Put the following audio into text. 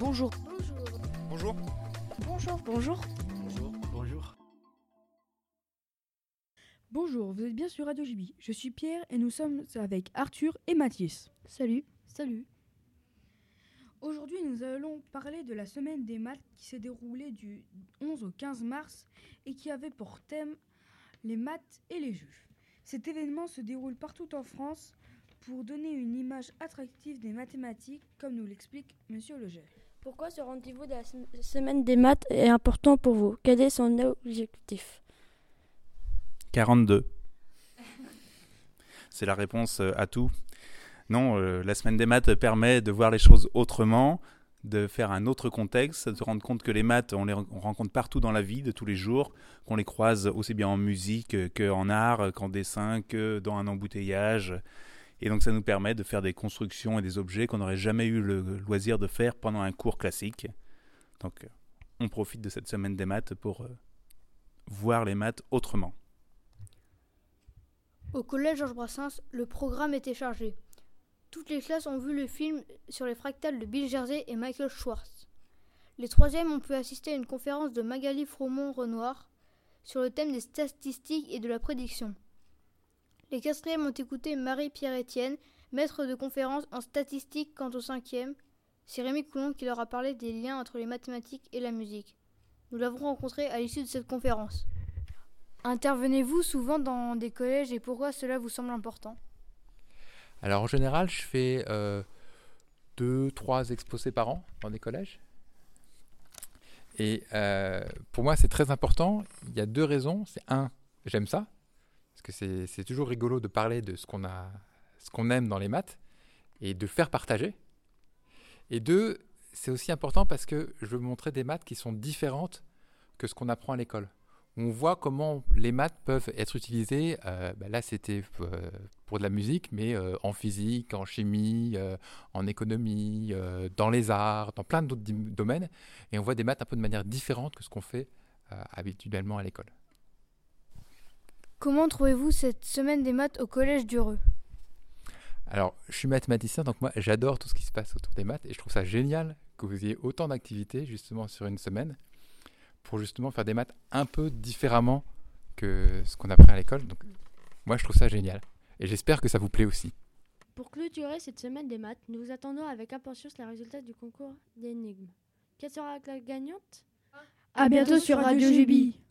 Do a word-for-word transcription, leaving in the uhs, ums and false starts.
Bonjour. Bonjour. Bonjour. Bonjour. Bonjour. Bonjour. Bonjour. Bonjour, vous êtes bien sur Radio J B. Je suis Pierre et nous sommes avec Arthur et Mathis. Salut. Salut. Aujourd'hui, nous allons parler de la semaine des maths qui s'est déroulée du onze au quinze mars et qui avait pour thème les maths et les juifs. Cet événement se déroule partout en France pour donner une image attractive des mathématiques, comme nous l'explique Monsieur Leger. Pourquoi ce rendez-vous de la sem- semaine des maths est important pour vous? Quel est son objectif? quarante-deux. C'est la réponse à tout. Non, euh, la semaine des maths permet de voir les choses autrement, de faire un autre contexte, de se rendre compte que les maths, on les on rencontre partout dans la vie de tous les jours, qu'on les croise aussi bien en musique qu'en art, qu'en dessin, que dans un embouteillage. Et donc ça nous permet de faire des constructions et des objets qu'on n'aurait jamais eu le loisir de faire pendant un cours classique. Donc on profite de cette semaine des maths pour euh, voir les maths autrement. Au collège Georges Brassens, le programme était chargé. Toutes les classes ont vu le film sur les fractales de Bill Jersey et Michael Schwartz. Les troisièmes ont pu assister à une conférence de Magali Fromont-Renoir sur le thème des statistiques et de la prédiction. Les quatrièmes ont écouté Marie-Pierre Etienne, maître de conférence en statistique quant aux cinquièmes. C'est Rémi Coulon qui leur a parlé des liens entre les mathématiques et la musique. Nous l'avons rencontré à l'issue de cette conférence. Intervenez-vous souvent dans des collèges et pourquoi cela vous semble important ? Alors en général, je fais euh, deux, trois exposés par an dans des collèges. Et euh, pour moi, c'est très important. Il y a deux raisons. C'est un, j'aime ça, parce que c'est, c'est toujours rigolo de parler de ce qu'on a, ce qu'on aime dans les maths et de faire partager. Et deux, c'est aussi important parce que je veux montrer des maths qui sont différentes que ce qu'on apprend à l'école. On voit comment les maths peuvent être utilisées, euh, bah là c'était euh, pour de la musique, mais euh, en physique, en chimie, euh, en économie, euh, dans les arts, dans plein d'autres dim- domaines. Et on voit des maths un peu de manière différente que ce qu'on fait euh, habituellement à l'école. Comment trouvez-vous cette semaine des maths au collège d'Ureux ? Alors, je suis mathématicien, donc moi j'adore tout ce qui se passe autour des maths et je trouve ça génial que vous ayez autant d'activités justement sur une semaine pour justement faire des maths un peu différemment que ce qu'on apprend à l'école. Donc moi je trouve ça génial et j'espère que ça vous plaît aussi. Pour clôturer cette semaine des maths, nous attendons avec impatience les résultats du concours d'énigmes. Quelle sera la gagnante ? À bientôt sur Radio J B.